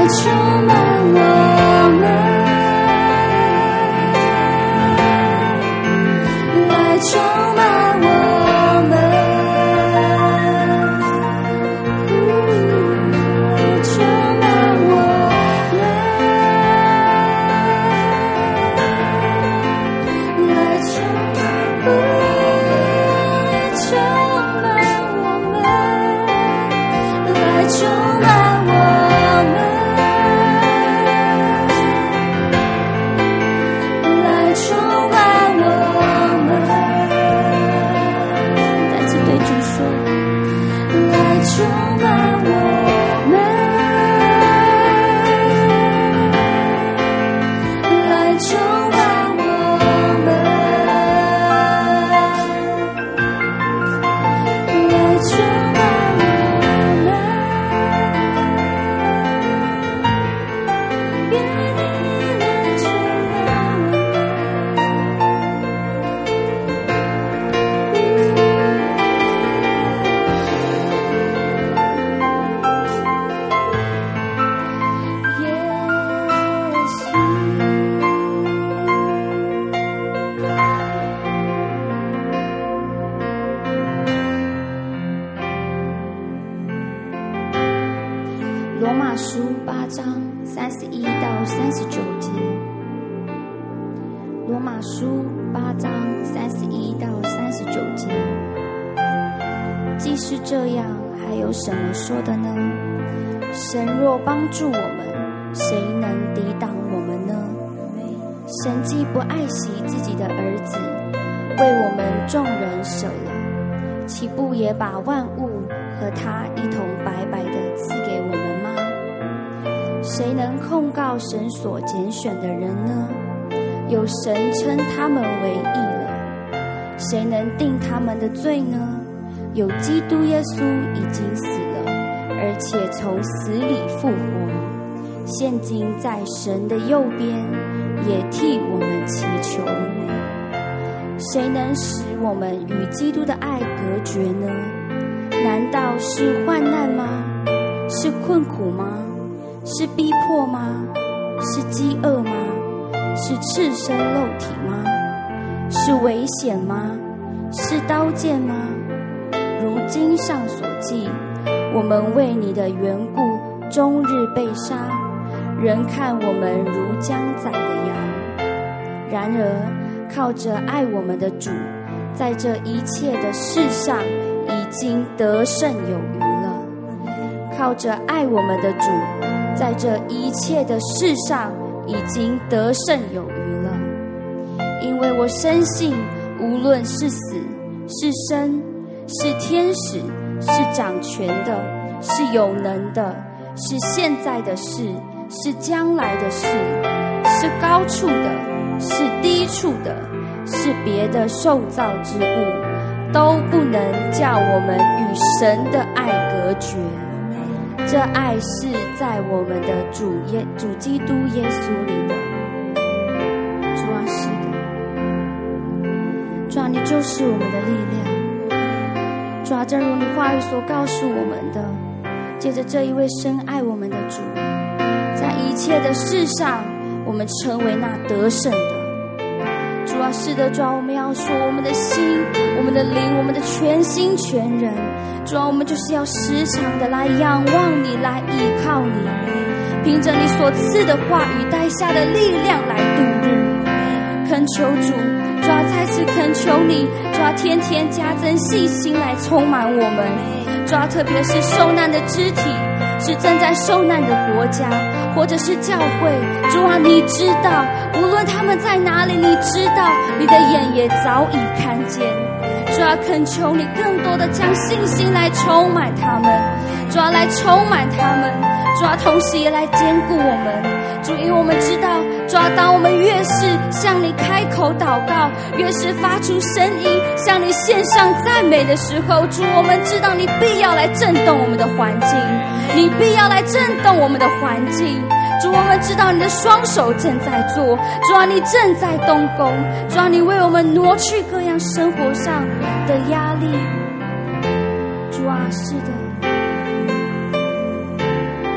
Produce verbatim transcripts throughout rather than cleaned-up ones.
帮助我们，谁能抵挡我们呢？神既不爱惜自己的儿子，为我们众人舍了，岂不也把万物和他一同白白的赐给我们吗？谁能控告神所拣选的人呢？有神称他们为义了。谁能定他们的罪呢？有基督耶稣已经死了，而且从死里复活，现今在神的右边，也替我们祈求。谁能使我们与基督的爱隔绝呢？难道是患难吗？是困苦吗？是逼迫吗？是饥饿吗？是赤身露体吗？是危险吗？是刀剑吗？如经上所记，我们为你的缘故终日被杀，人看我们如将宰的羊。然而靠着爱我们的主，在这一切的事上已经得胜有余了。靠着爱我们的主，在这一切的事上已经得胜有余了。因为我深信，无论是死是生，是天使，是掌权的，是有能的，是现在的事，是将来的事，是高处的，是低处的，是别的受造之物，都不能叫我们与神的爱隔绝。这爱是在我们的主耶主基督耶稣里的。主啊，是的，主啊，你就是我们的力量。主啊，正如你话语所告诉我们的，借着这一位深爱我们的主，在一切的事上，我们成为那得胜的。主啊，是的，主啊，我们要说我们的心，我们的灵，我们的全心全人，主啊，我们就是要时常的来仰望你，来依靠你，凭着你所赐的话语带下的力量来度日。恳求主，主啊，再次恳求你，主啊，天天加增信心来充满我们。主啊，特别是受难的肢体，是正在受难的国家，或者是教会，主啊，你知道，无论他们在哪里，你知道，你的眼也早已看见。主啊，恳求你更多的将信心来充满他们，主啊，来充满他们，主啊，同时也来坚固我们。主，因为我们知道，主啊，当我们越是向你开口祷告，越是发出声音向你献上赞美的时候，主，我们知道你必要来震动我们的环境，你必要来震动我们的环境。主，我们知道你的双手正在做，主啊，你正在动工，主啊，你为我们挪去各样生活上的压力。主啊，是的，无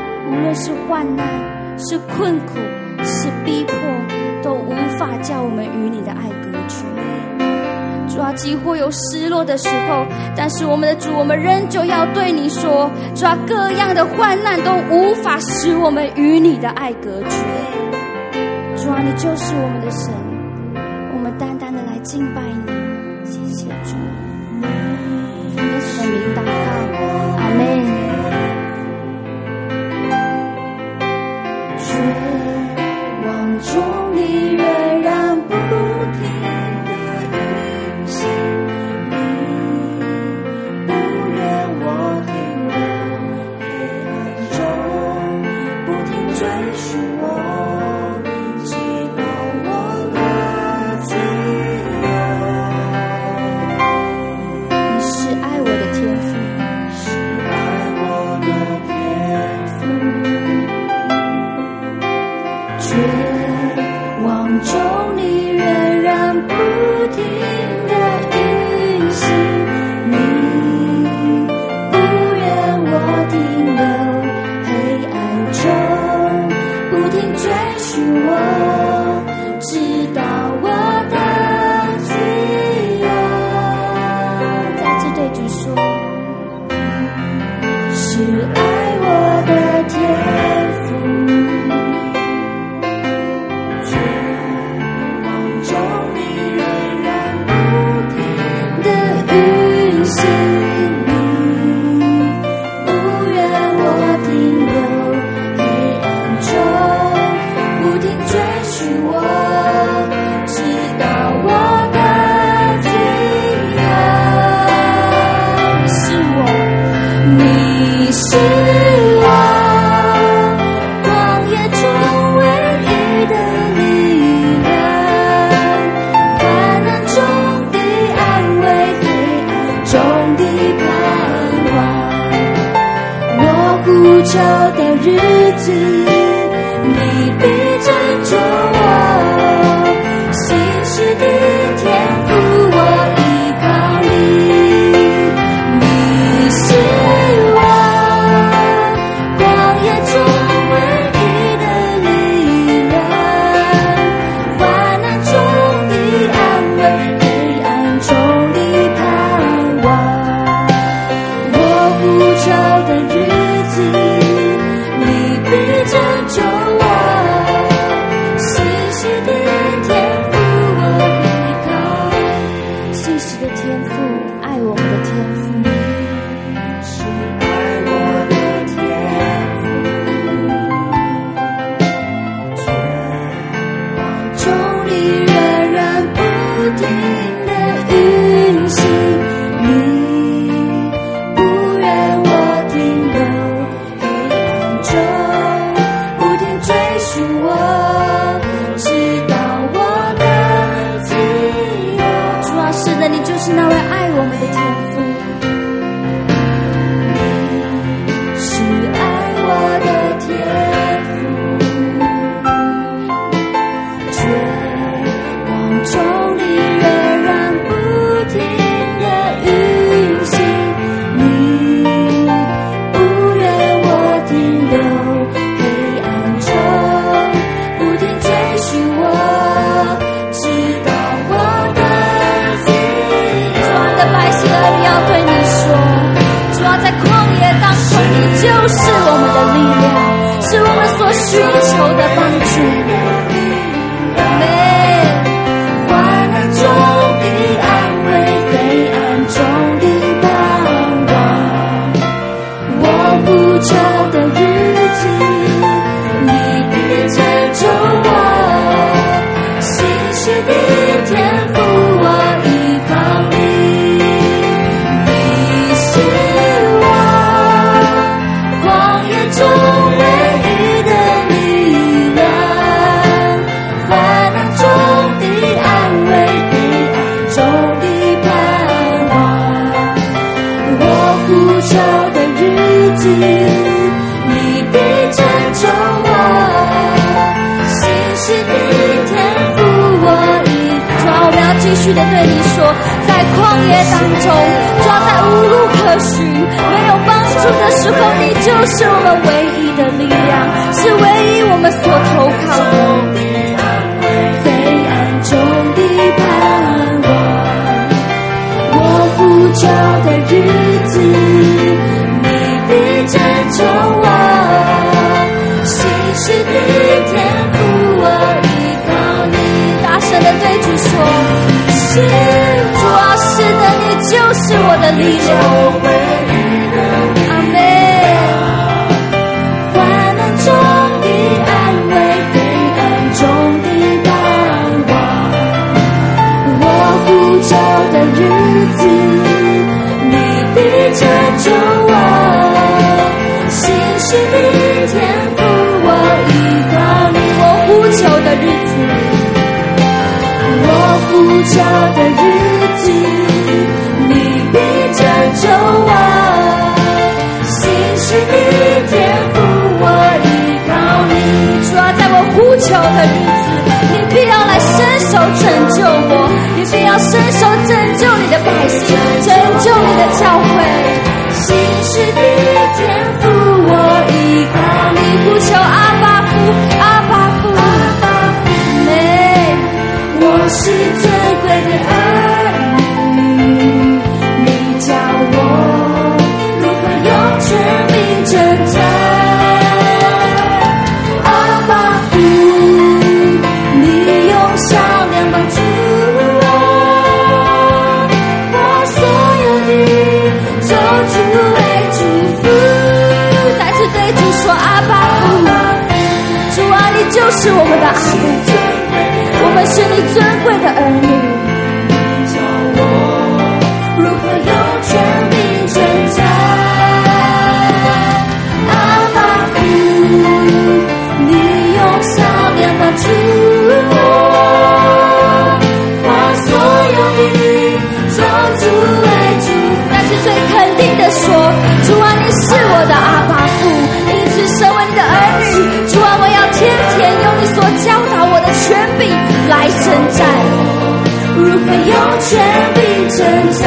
论是患难，是困苦，是逼迫，都无法叫我们与你的爱隔绝。主啊，几乎有失落的时候，但是我们的主，我们仍旧要对你说，主啊，各样的患难都无法使我们与你的爱隔绝。主啊，你就是我们的神，我们单单的来敬拜你。谢谢主，耶稣的名祷告，阿们。绝望中你仍然不停地运行，你不愿我停留黑暗中，不停追寻我，直到我的自由。你是爱我的天父，是爱我的天父。绝望中你仍然不停地运行，你不愿我停留黑暗中，不停追寻我，直到我的自由。再次对主说，是爱我的天父。求的日子，你必拯救我，信实的天父，我依靠你。你是我旷野中唯一的力量，患难中的安慰，黑暗中的盼望。我呼求的日子，拯救我，信实的天父，我依靠。信实的天父，爱我们的天父，是爱我的天父。绝望中你仍然不停地运行，你不愿我停留黑暗中，追寻我，直到我的自由。主啊，是的，你就是那位爱我们的天父，你是爱我的天父。绝望中你仍然不停地运行，你不愿我停留就是我们的力量，是我们所寻求的帮助。阿们。患难中的安慰，黑暗中的盼望。我呼求的日子，你必拯救我，信实的天父，我依靠你。你是中唯一的力量， 续的对你说，在旷野当中，主要在无路可寻、没有帮助的时候，你就是我们唯一的力量，是唯一我们所投靠的。黑暗中的盼望，我呼叫的日子，你必拯救我。心是你天赋，我依靠你。大声的对主说，是主啊，是的，你就是我的力量。阿们。患难中的安慰，黑暗中的盼望，我呼叫的日子，你必拯救我。心是你天赋，我依靠你。我呼求的日子，我呼叫的日子，你必拯救我。心是你天赋，我依靠你。主啊，在我呼求的日子，你必要来伸手拯救我，你必要伸手拯救你的百姓，拯救你的教会。心是你天赋，我依靠你。呼求阿爸父，阿爸父，妹，我是尊贵的儿女，你教我如何用全名征战。阿爸父，你用善良帮助我，把所有的咒诅为祝福。再次对主说，阿爸父，主啊，你就是我们的阿父，我们是你尊贵的儿女。教我如何用全名征战。阿爸父，你用善良帮助我，把所有的咒诅为祝福。但是最肯定的说，主啊，你是我的阿爸父，因此身为你的儿女，主啊，我要天天用你所教导我的权柄来征战。如何用权柄征战？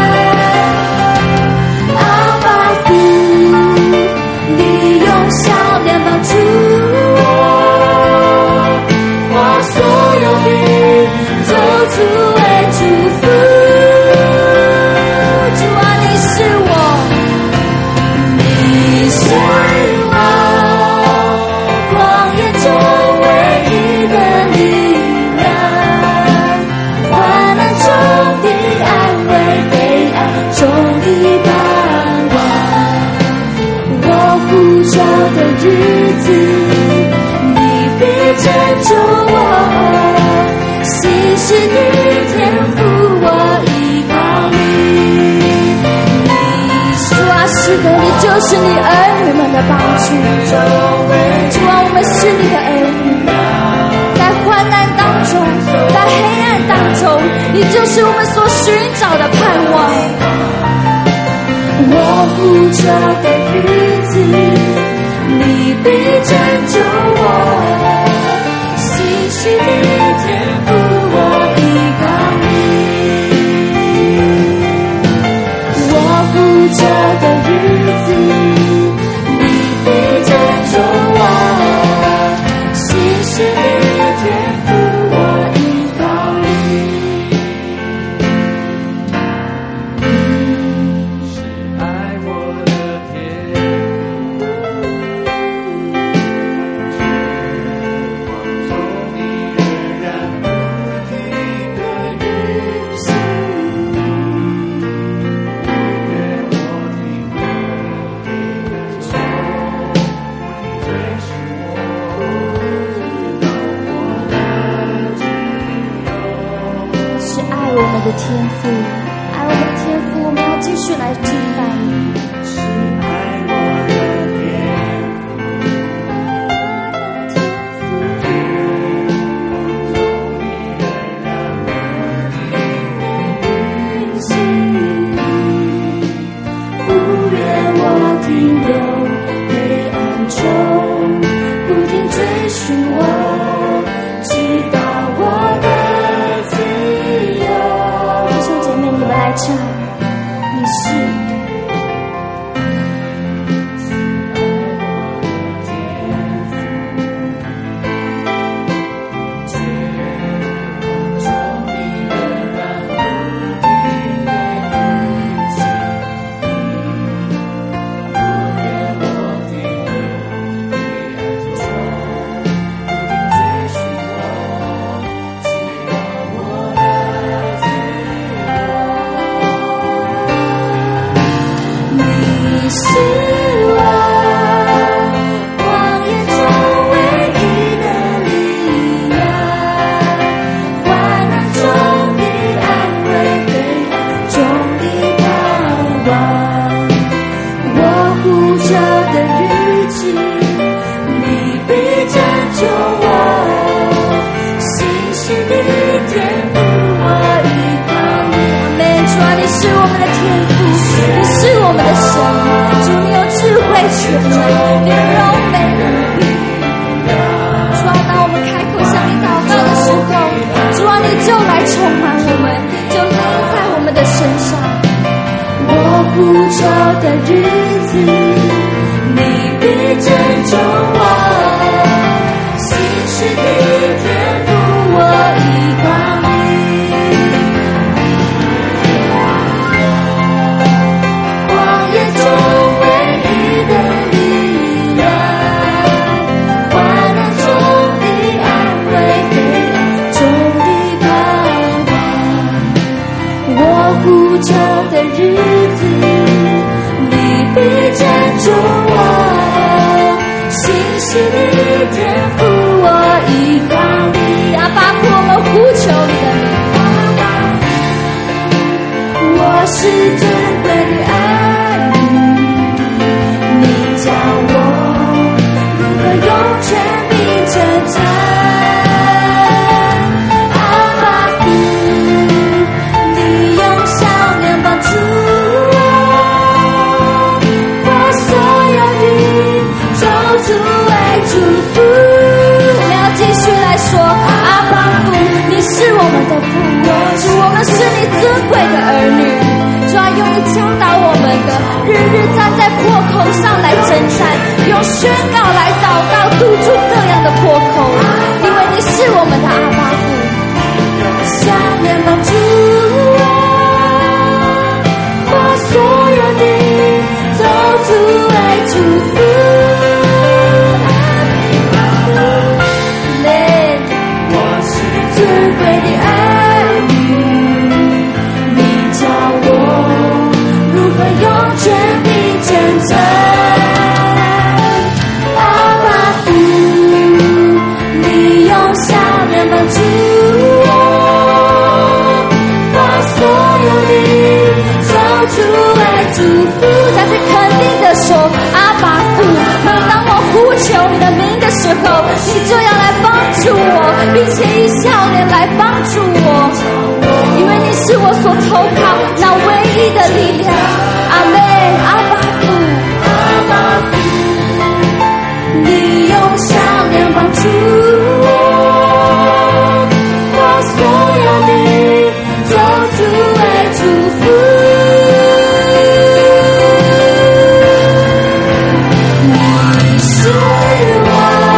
阿爸父，你用善良帮助我，把所有的咒诅为祝福。主啊，你是我，你是我旷野中唯一的力量，患难中的安慰，黑暗中的盼望，我呼叫的日子，你必拯救我。心是你天赋，我依靠你。主啊，是的，你就是你儿女们的帮助。主啊，我们是你的儿女，在患难当中，在黑暗当中，你就是我们所寻找的盼望。我呼叫的日子，你必拯救我。心是你天赋，我依靠你。我呼叫的日子，你必拯救我。心是你天赋，我依靠你。 是爱我的天父，绝望中你仍然不停的运行，愿我停留黑暗中，不停追寻我，直到我的自由。 是爱我们的天父，爱我们的天父，我们要继续来敬拜你。 是爱我的天不愿我停留黑暗中，不停追寻我，直到我的自由。 全，连柔美的力量。主啊，当我们开口向你祷告的时候，主啊，你就来充满我们，就临在我们的身上。我呼求的日子，你必拯救我，心事的天赋我依靠你。旷野中唯一的力量，患难中的安慰，黑暗中的盼望。我呼求的日子，你必拯救我，信实的天赋我依靠你。阿爸父，我们呼求你的名，我是尊贵的儿女，你教我如何用全名称赞。阿爸父，你用笑脸帮助我，把所有的咒诅为祝福。我们要继续来说，阿爸父，你是我们的父，主，我们是你尊贵的儿女。主啊，用你教导我们的，日日站在破口上来征战，用宣告来祷告，堵住各样的破口，因为你是我们的阿爸父。下面帮助我，把所有的咒诅为祝福。我是尊贵的儿女，你教我如何用全名称赞。阿爸父，你用笑脸帮助我，把所有的咒诅为祝福。再次肯定的说，阿爸父，每当我呼求你的名的时候，你就要来帮助我，并且以笑脸来帮助我，因为你是我所投靠那唯一的力量。阿们。阿爸父，阿爸父，你用笑脸帮助我，把所有的咒诅为祝福。你是我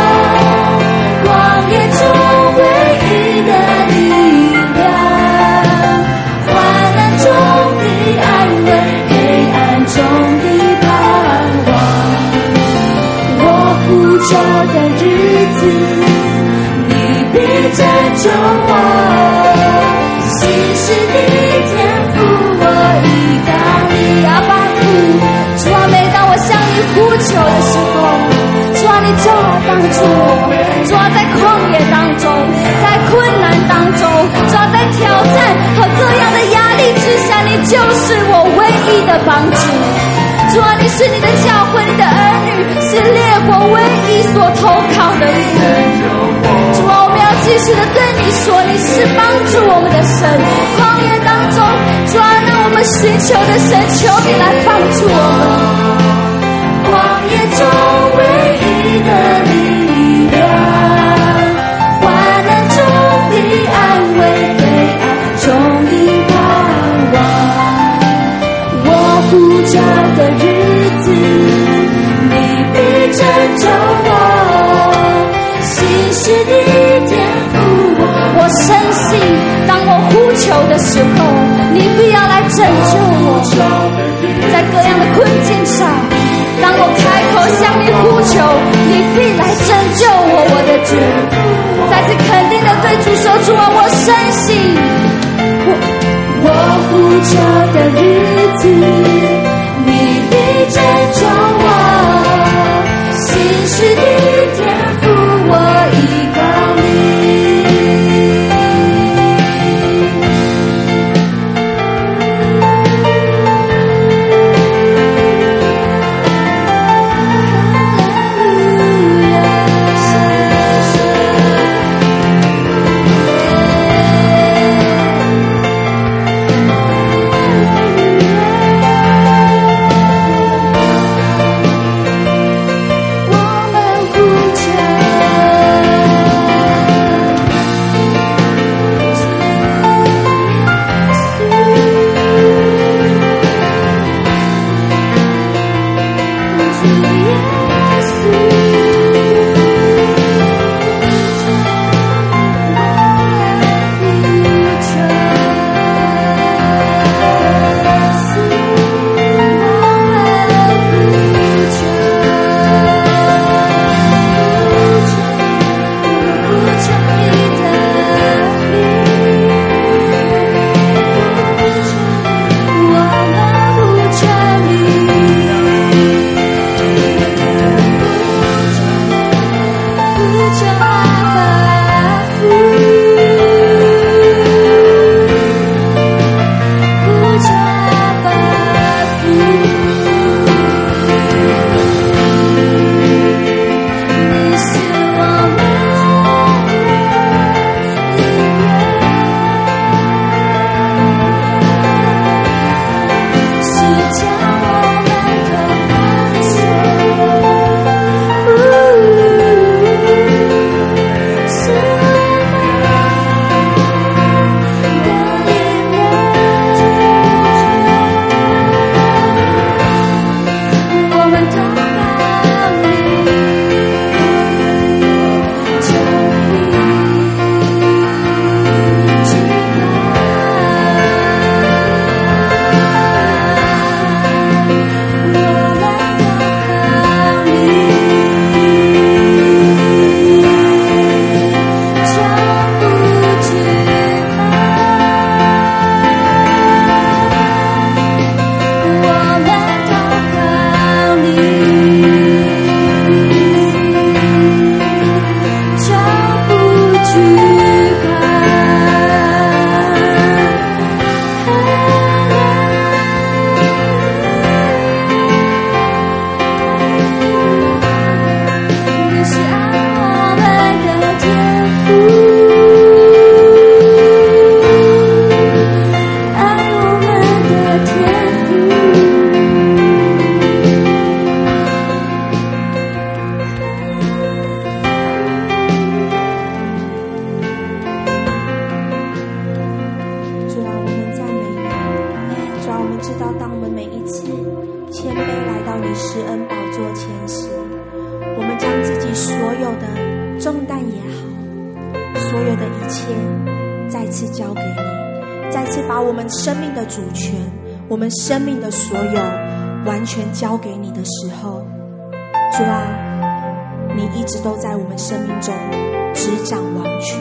旷野中唯一的力量，患难中的安慰，黑暗中的盼望。我呼求的日子，你必拯救我，信实的天赋我依靠你。阿爸父，主啊，每当我向你呼求的时候，主啊，你就来帮助我。主啊，在旷野当中，在困难当中，主啊，在挑战和各样的压力之下，你就是我唯一的帮助。主啊，你是你的教会，你的儿女是列国唯一所投靠的人。主啊，我们要继续的对你说，你是帮助我们的神。旷野当中，主啊，让我们寻求的神，求你来帮助我们。旷野中唯一的力量，患难中的安慰，黑暗中的盼望。我呼求的日子，你必拯救我，信实的天赋我。我深信，当我呼求的时候，你必要来拯救我，在各样的困境上，当我开口向你呼求，你必来拯救我，我的主。再次肯定的对主说，主啊，我深信，我我呼求的日子，你必拯救我，信实的天赋我依靠你。 我们生命的所有完全交给你的时候，主啊，你一直都在我们生命中执掌王权，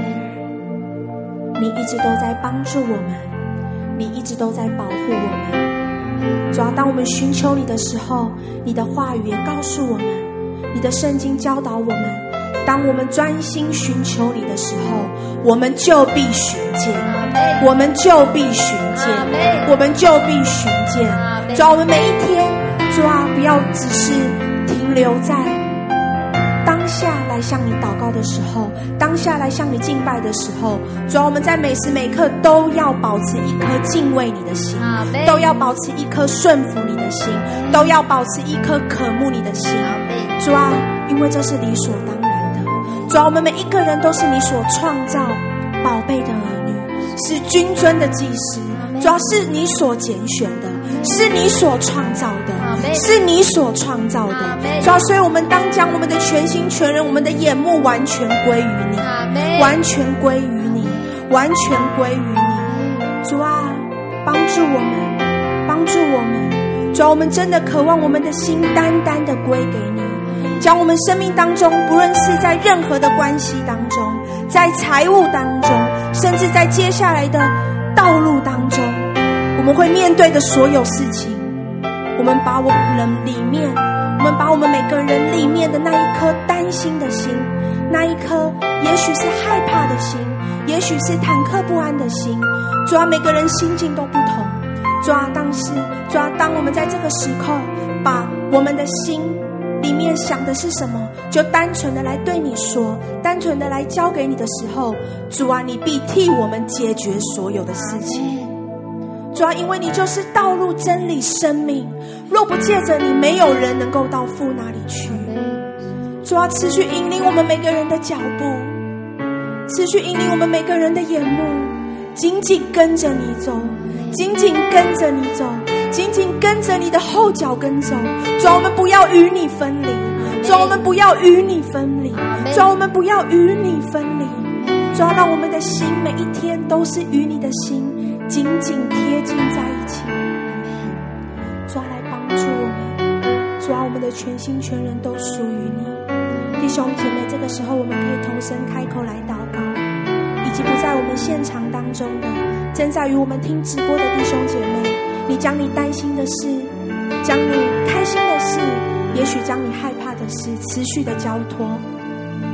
你一直都在帮助我们，你一直都在保护我们。主啊，当我们寻求你的时候，你的话语也告诉我们，你的圣经教导我们，当我们专心寻求你的时候，我们就必寻见，我们就必寻见，我们就必寻见。主啊，我们每一天，主啊，不要只是停留在当下来向你祷告的时候，当下来向你敬拜的时候，主啊，我们在每时每刻都要保持一颗敬畏你的心，都要保持一颗顺服你的心，都要保持一颗渴慕你的心。主啊，因为这是理所当然的。主啊，我们每一个人都是你所创造宝贝的儿女，是君尊的祭司。主啊，是你所拣选的，是你所创造的，是你所创造的。主啊，所以我们当将我们的全心全人，我们的眼目完全归于你，完全归于你，完全归于你。主啊，帮助我们，帮助我们。主啊，我们真的渴望我们的心单单的归给你，将我们生命当中，不论是在任何的关系当中，在财务当中，甚至在接下来的道路当中，我们会面对的所有事情，我们把我们里面，我们把我们每个人里面的那一颗担心的心，那一颗也许是害怕的心，也许是忐忑不安的心，主啊，每个人心境都不同。主啊，当时主啊，当我们在这个时刻把我们的心里面想的是什么，就单纯的来对你说，单纯的来交给你的时候，主啊，你必替我们解决所有的事情。主啊，因为你就是道路、真理、生命，若不借着你，没有人能够到父那里去。主啊，持续引领我们每个人的脚步，持续引领我们每个人的眼目，紧紧跟着你走，紧紧跟着你走，紧紧跟着你的后脚跟走。主啊，我们不要与你分离，主啊，我们不要与你分离，主啊，我们不要与你分离。主啊，让我们的心每一天都是与你的心紧紧贴近在一起。主啊，来帮助我们，主啊，我们的全心全人都属于你。弟兄姐妹，这个时候我们可以同声开口来祷告，以及不在我们现场当中的，正在与我们听直播的弟兄姐妹，你将你担心的事，将你开心的事，也许将你害怕的事持续的交托，因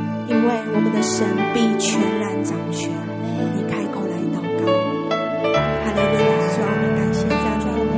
因为我们的神必全然掌权。你开口来祷告。哈利路亚！主啊，我们感谢赞美你。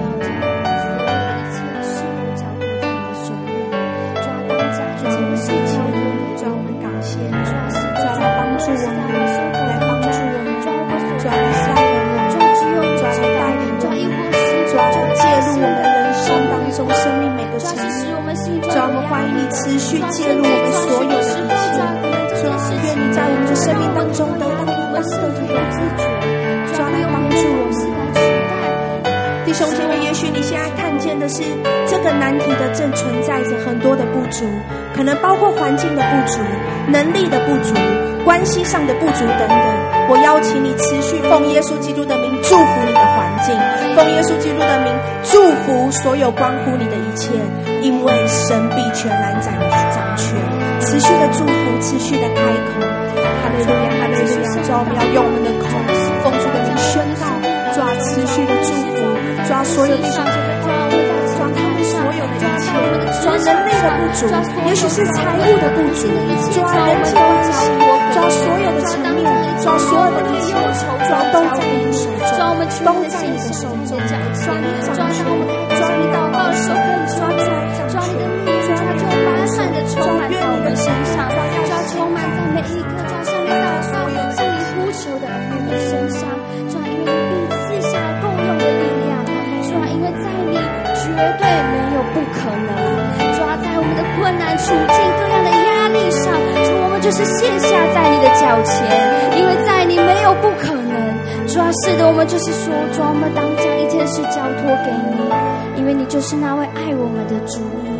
主啊，我们谢谢你。主啊，我们感谢你。主啊，来帮助我们，来帮助我们。主啊，来下我们。主啊，来带领我们。主啊，来介入我们的人生当中，生命每个层面。主啊，我们欢迎你持续介入我们所有的一切。主啊，愿你在我们的生命当中得到你当得的有自觉。主啊，来帮助我们。弟兄姐妹，也许你现在看见的是这个难题的正存在着很多的不足，可能包括环境的不足、能力的不足、关系上的不足等等。我邀请你持续奉耶稣基督的名祝福你的环境，奉耶稣基督的名祝福所有关乎你的一切，因为神必全然掌掌权。持续的祝福，持续的开口。哈利路亚，哈利路亚！主啊，我们要用我们的口奉主的名宣告，主啊，持续的祝福，主啊，所有弟兄姐妹，主啊，主啊，他们所有的一切，主啊，能力的不足，也许是财务的不足，主啊，人际关系，主啊，所有的层面，主啊，所有的一切，主啊，都在你的手中，都在你的手中，主啊，你掌权，主啊，你祷告的时候可以抓在掌权，主啊，就满满的充满在我们身上，主啊，充满在每一个主啊，向你祷告、向你呼求的我们身上，主啊，因为你必赐下够用的力量，主啊，因为在你绝对没有不可能，主啊，在我们的困难处境、各样的压力上，主，我们就是卸下在你的脚前，因为在你没有不可能。主啊，是的，我们就是说，主啊，我们当将一件事交托给你，因为你就是那位爱我们的主。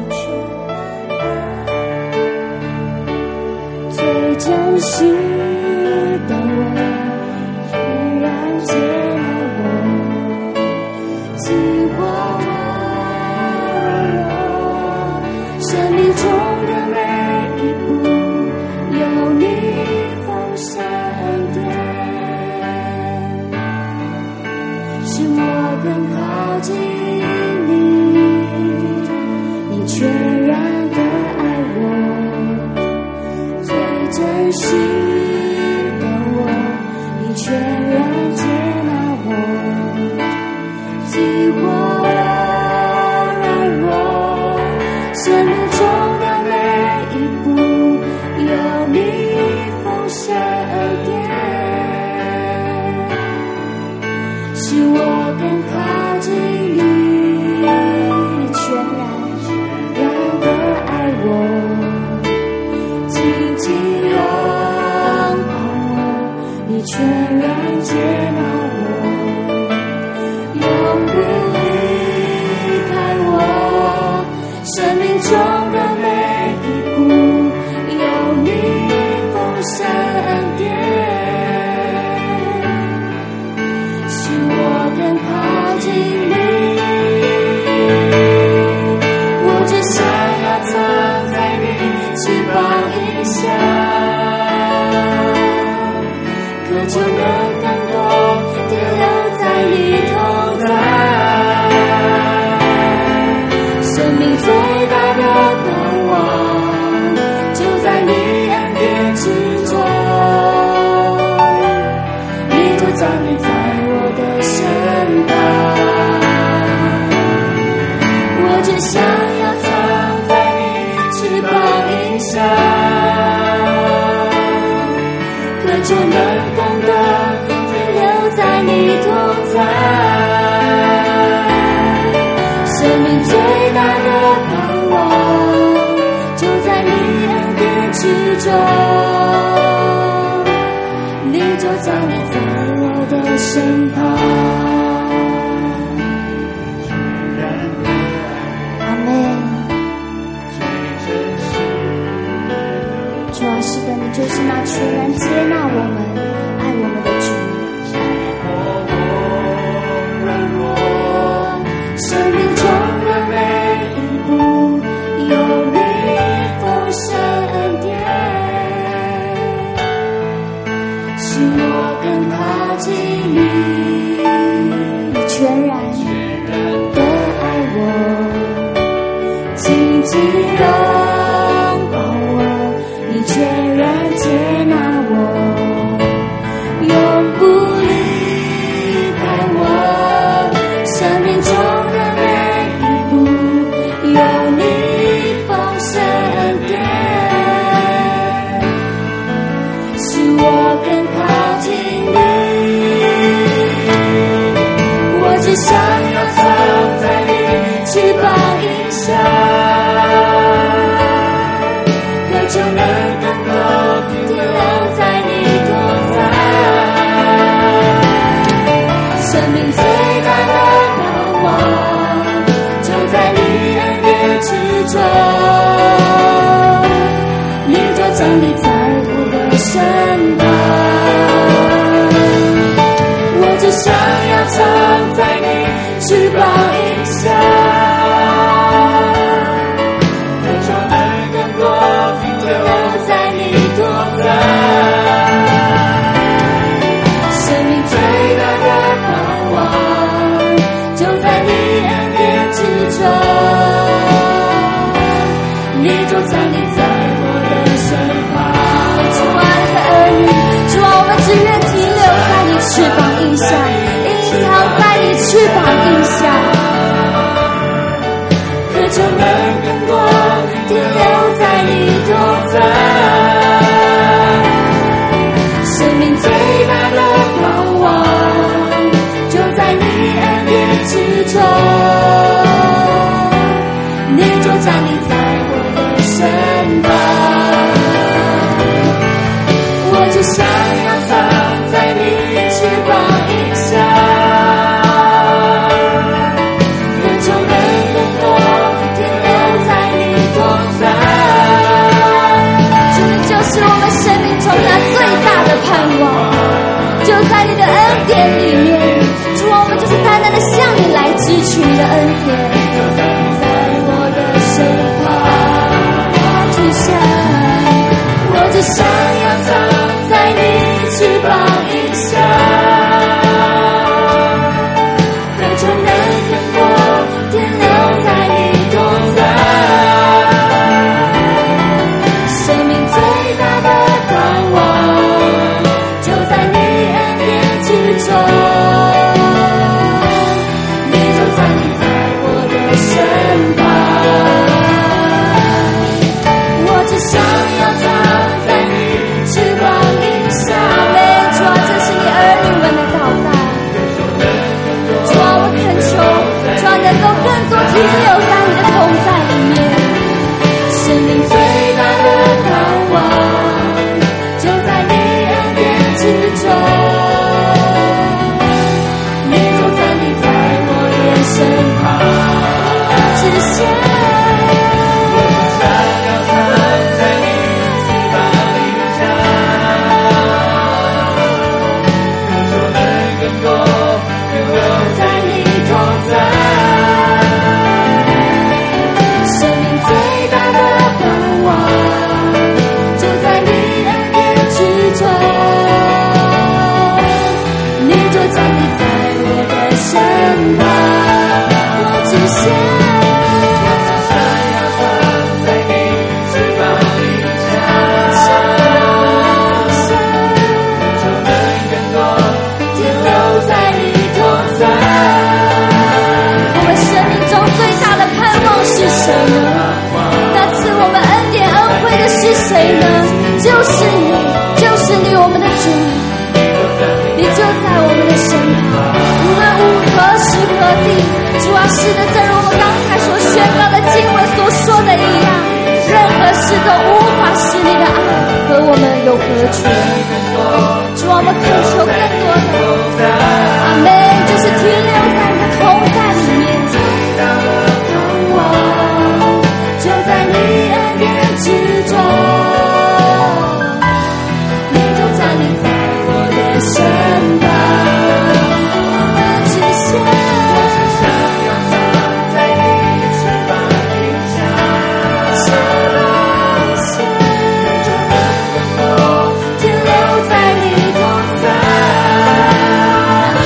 最真实的我，依然接纳我，激活我，生命中的每一步有你丰盛恩典，使我更靠近你，你全然的爱我，最真实的我，你全然接纳我，激活我，让我生命中的每一步有你丰盛恩典，使我更靠近你，你全然然的爱我，紧紧拥抱我，你全然接纳我，永不离开我，生命中的每一步有你丰盛恩典，使我更靠近你，我只想要藏在你翅膀以下，渴求能更多停留在你同在，生命最大的盼望就在你恩典之中，你就站立在我的身旁，我只想要藏在你翅膀以下，渴求能更多停留在你同在，生命最大的盼望就在你恩典之中，你就站立在我的身旁。阿们。主啊，是的，你就是那全然接纳我们、爱我们的主。软弱，生命中的每一步有你丰盛恩典，使我更靠近你，你全然的爱我，紧紧拥抱我，你全然接更靠近你。我只想要藏在你翅膀荫下，渴求能更多停留在你同在。生命最大的盼望就在你恩典之中，你就站立在我的身旁。我只想要藏在你翅膀荫下，渴求能更多停留在你同在。生命最大的盼望就在你恩典之中，你就站立在我的身旁。主啊，你的儿女，主啊，我们只愿停留在你翅膀荫下，隐藏在你翅膀荫下，渴求能更多停留在你同在。生命最大的盼望就在你恩典之中，你就站立在我的身旁。我只想要藏在你翅膀荫下，渴求能更多停留在你同在。主，你就是我们生命中那最大的盼望，就在你的恩典里面。主，我们就是单单的向你来支取你的恩典，在我的身旁。只想，我只想要藏在你翅膀荫下，渴求能更多停留在你同在。生命最大的盼望就在你恩典之中，你就站立在我的身旁。我只想要藏在你翅膀荫下。没错，这是你儿女们的祷告。主啊，我恳求，主啊，能够更多停留在你的同在里面。生命最大的盼望就在你恩典之中，你就站立在我的身旁。只想在你同在。生命最大的盼望就在你恩典之中，你就站立在我的身旁。我只想在你翅膀荫下，就能更多停留在你同在。我们生命中最大的盼望是谁呢？那赐我们恩典恩惠的是谁呢？就是你，就是你，我们的主。你就在我们的身旁，无论无何时何地。主啊，是的，正如我们刚才所宣告的经文所说的一样，任何事都无法使你的爱和我们有隔绝。主啊，我们恳求更多的阿们，就是停留在你的同在里面。盼望就在你恩典之中，你就站立在我的身旁。我只想要藏在你翅膀荫下，翅膀下，就能更多停留在你同在。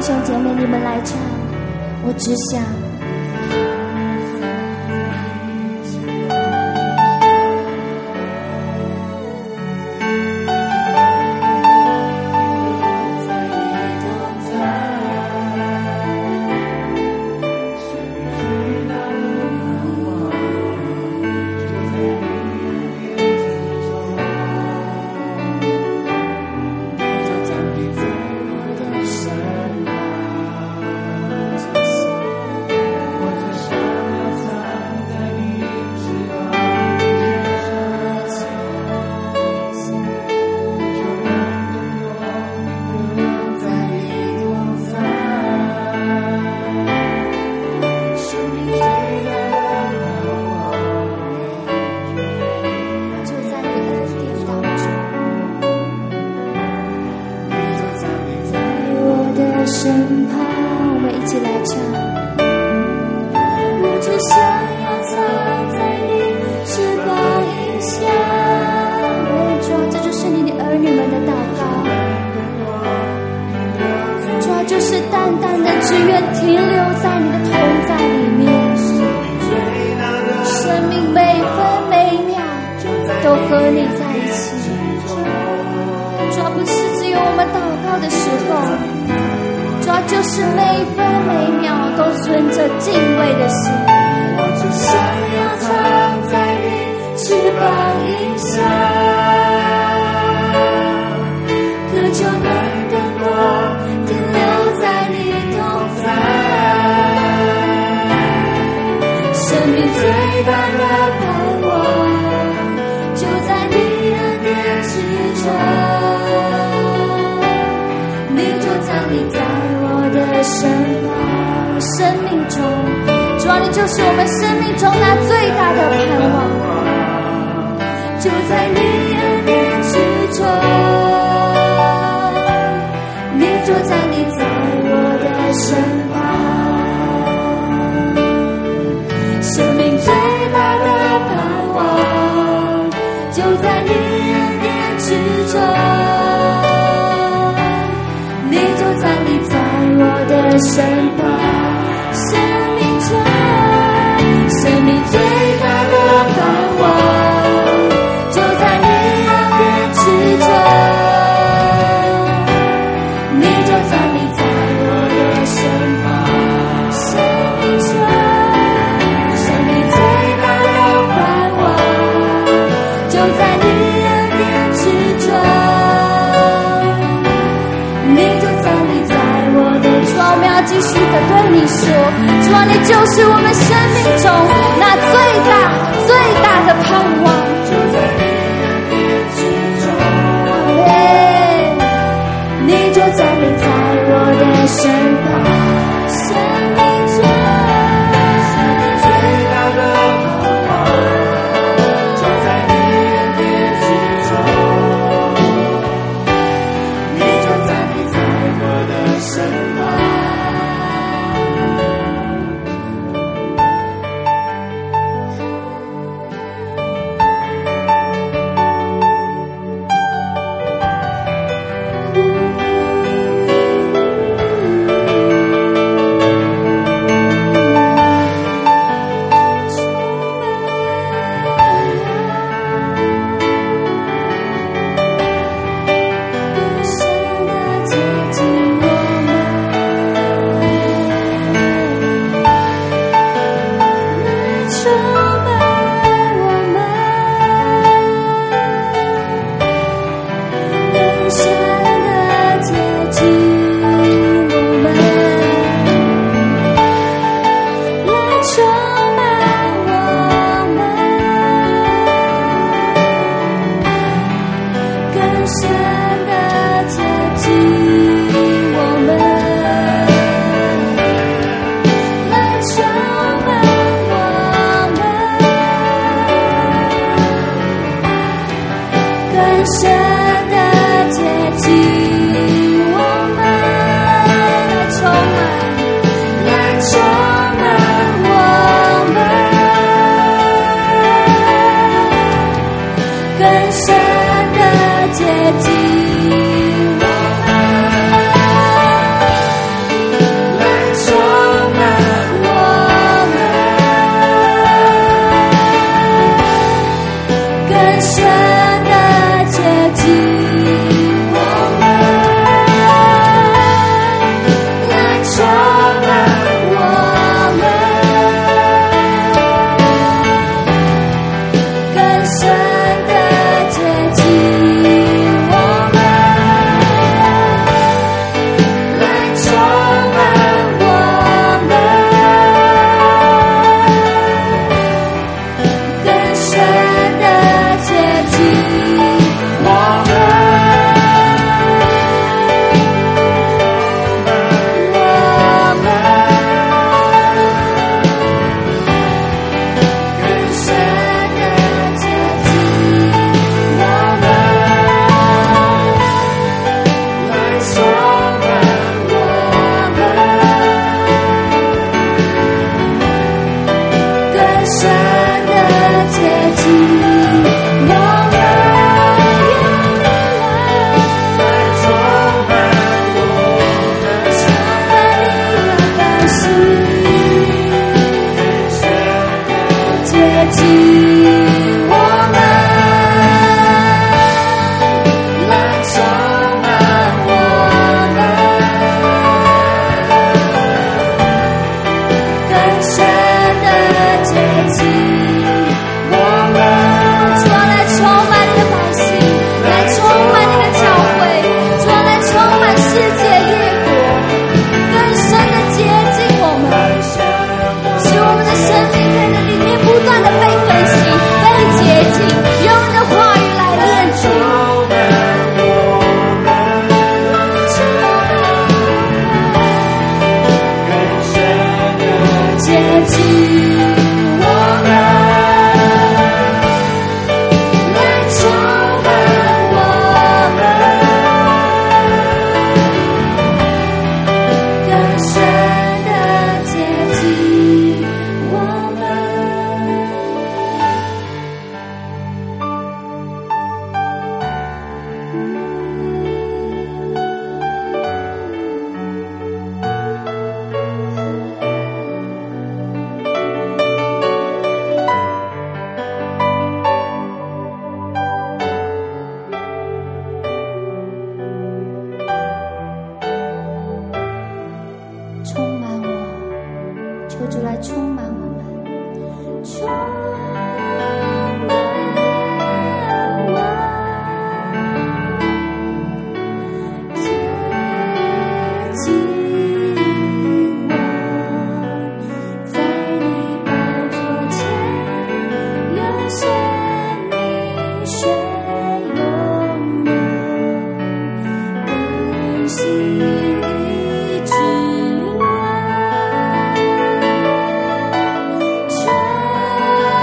兄姐妹，你们来唱，我只想。 全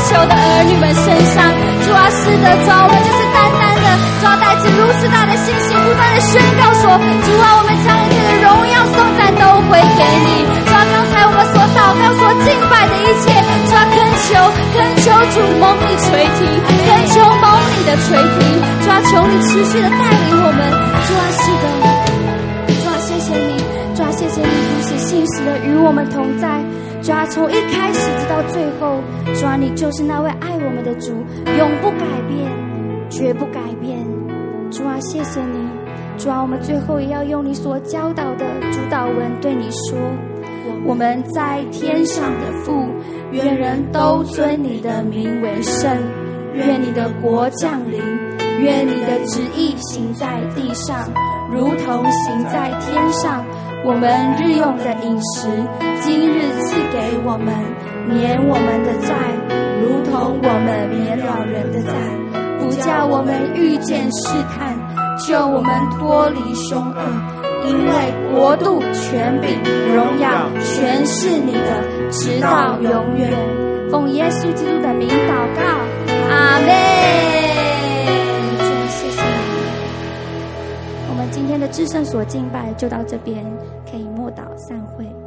求的儿女们身上。主啊，是的，主啊，我们就是单单的，主啊，带着如此大的信心，不断的宣告说，主啊，我们将一切的荣耀颂赞都归给你。主啊，刚才我们所祷告所敬拜的一切，主啊，恳求恳求主蒙你垂听，恳求蒙你的垂听。主啊，求你持续的带领我们。主啊，是的，主啊，谢谢你，主啊，谢谢你如此信实的与我们同在。主啊，从一开始直到最后，主啊，你就是那位爱我们的主，永不改变，绝不改变。主啊，谢谢你。主啊，我们最后也要用你所教导的主祷文对你说，我们在天上的父，愿人都尊你的名为圣，愿你的国降临，愿你的旨意行在地上，如同行在天上。我们日用的饮食，今日赐给我们，免我们的债，如同我们免了人的债，不叫我们遇见试探，救我们脱离凶恶。因为国度、权柄、荣耀，全是你的，直到永远。奉耶稣基督的名祷告，阿们。主，谢谢你。我们今天的至圣所敬拜就到这边，可以默祷散会。